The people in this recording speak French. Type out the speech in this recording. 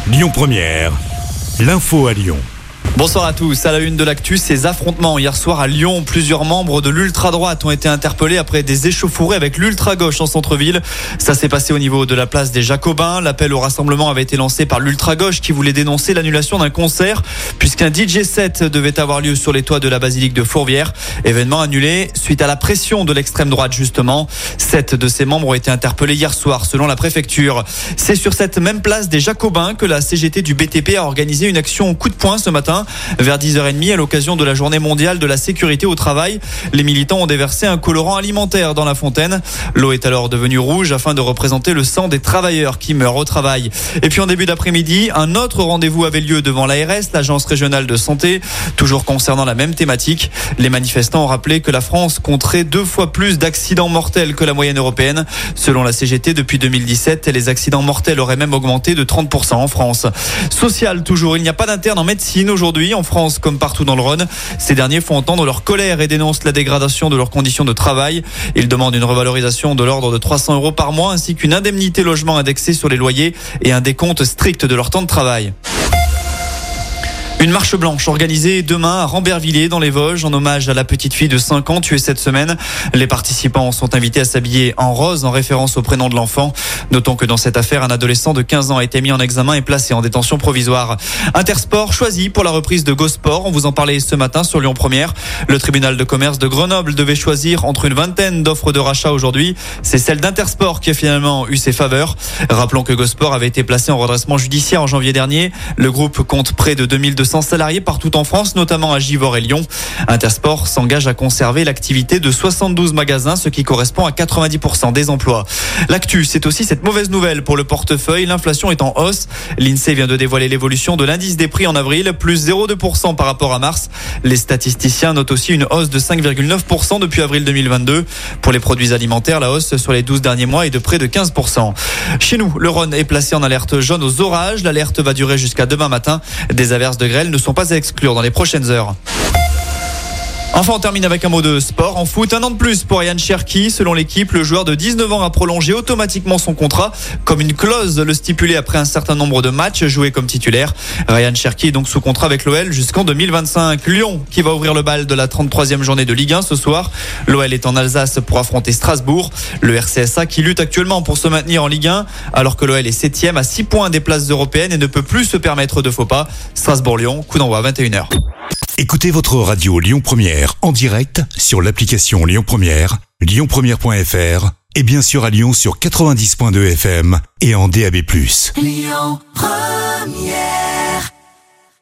Lyon Première, l'info à Lyon. Bonsoir à tous. À la une de l'actu, ces affrontements hier soir à Lyon. Plusieurs membres de l'ultra-droite ont été interpellés après des échauffourées avec l'ultra-gauche en centre-ville. Ça s'est passé au niveau de la place des Jacobins. L'appel au rassemblement avait été lancé par l'ultra-gauche qui voulait dénoncer l'annulation d'un concert puisqu'un DJ set devait avoir lieu sur les toits de la basilique de Fourvière. Événement annulé suite à la pression de l'extrême droite justement. 7 de ces membres ont été interpellés hier soir selon la préfecture. C'est sur cette même place des Jacobins que la CGT du BTP a organisé une action coup de poing ce matin. Vers 10h30, à l'occasion de la journée mondiale de la sécurité au travail, les militants ont déversé un colorant alimentaire dans la fontaine. L'eau est alors devenue rouge afin de représenter le sang des travailleurs qui meurent au travail. Et puis en début d'après-midi, un autre rendez-vous avait lieu devant l'ARS, l'agence régionale de santé, toujours concernant la même thématique. Les manifestants ont rappelé que la France compterait 2 fois plus d'accidents mortels que la moyenne européenne. Selon la CGT, depuis 2017, les accidents mortels auraient même augmenté de 30% en France. Social toujours, il n'y a pas d'interne en médecine aujourd'hui en France comme partout dans le Rhône. Ces derniers font entendre leur colère et dénoncent la dégradation de leurs conditions de travail. Ils demandent une revalorisation de l'ordre de 300 € par mois ainsi qu'une indemnité logement indexée sur les loyers et un décompte strict de leur temps de travail. Une marche blanche organisée demain à Rambervillers dans les Vosges en hommage à la petite fille de 5 ans tuée cette semaine. Les participants sont invités à s'habiller en rose en référence au prénom de l'enfant. Notons que dans cette affaire, un adolescent de 15 ans a été mis en examen et placé en détention provisoire. Intersport choisi pour la reprise de GoSport. On vous en parlait ce matin sur Lyon Première. Le tribunal de commerce de Grenoble devait choisir entre une vingtaine d'offres de rachat aujourd'hui. C'est celle d'Intersport qui a finalement eu ses faveurs. Rappelons que GoSport avait été placé en redressement judiciaire en janvier dernier. Le groupe compte près de 2200 salariés partout en France, notamment à Givors et Lyon. Intersport s'engage à conserver l'activité de 72 magasins, ce qui correspond à 90% des emplois. L'actu, c'est aussi cette mauvaise nouvelle pour le portefeuille. L'inflation est en hausse. L'INSEE vient de dévoiler l'évolution de l'indice des prix en avril, plus 0,2% par rapport à mars. Les statisticiens notent aussi une hausse de 5,9% depuis avril 2022. Pour les produits alimentaires, la hausse sur les 12 derniers mois est de près de 15%. Chez nous, le Rhône est placé en alerte jaune aux orages. L'alerte va durer jusqu'à demain matin. Des averses de grêle ne sont pas à exclure dans les prochaines heures. Enfin, on termine avec un mot de sport. En foot, 1 an de plus pour Ryan Cherki. Selon l'équipe, le joueur de 19 ans a prolongé automatiquement son contrat, comme une clause le stipulait après un certain nombre de matchs joués comme titulaire. Ryan Cherki est donc sous contrat avec l'OL jusqu'en 2025. Lyon qui va ouvrir le bal de la 33e journée de Ligue 1 ce soir. L'OL est en Alsace pour affronter Strasbourg. Le RCSA qui lutte actuellement pour se maintenir en Ligue 1, alors que l'OL est 7e à 6 points des places européennes et ne peut plus se permettre de faux pas. Strasbourg-Lyon, coup d'envoi à 21h. Écoutez votre radio Lyon Première en direct sur l'application Lyon Première, lyonpremière.fr et bien sûr à Lyon sur 90.2 FM et en DAB+. Lyon Première.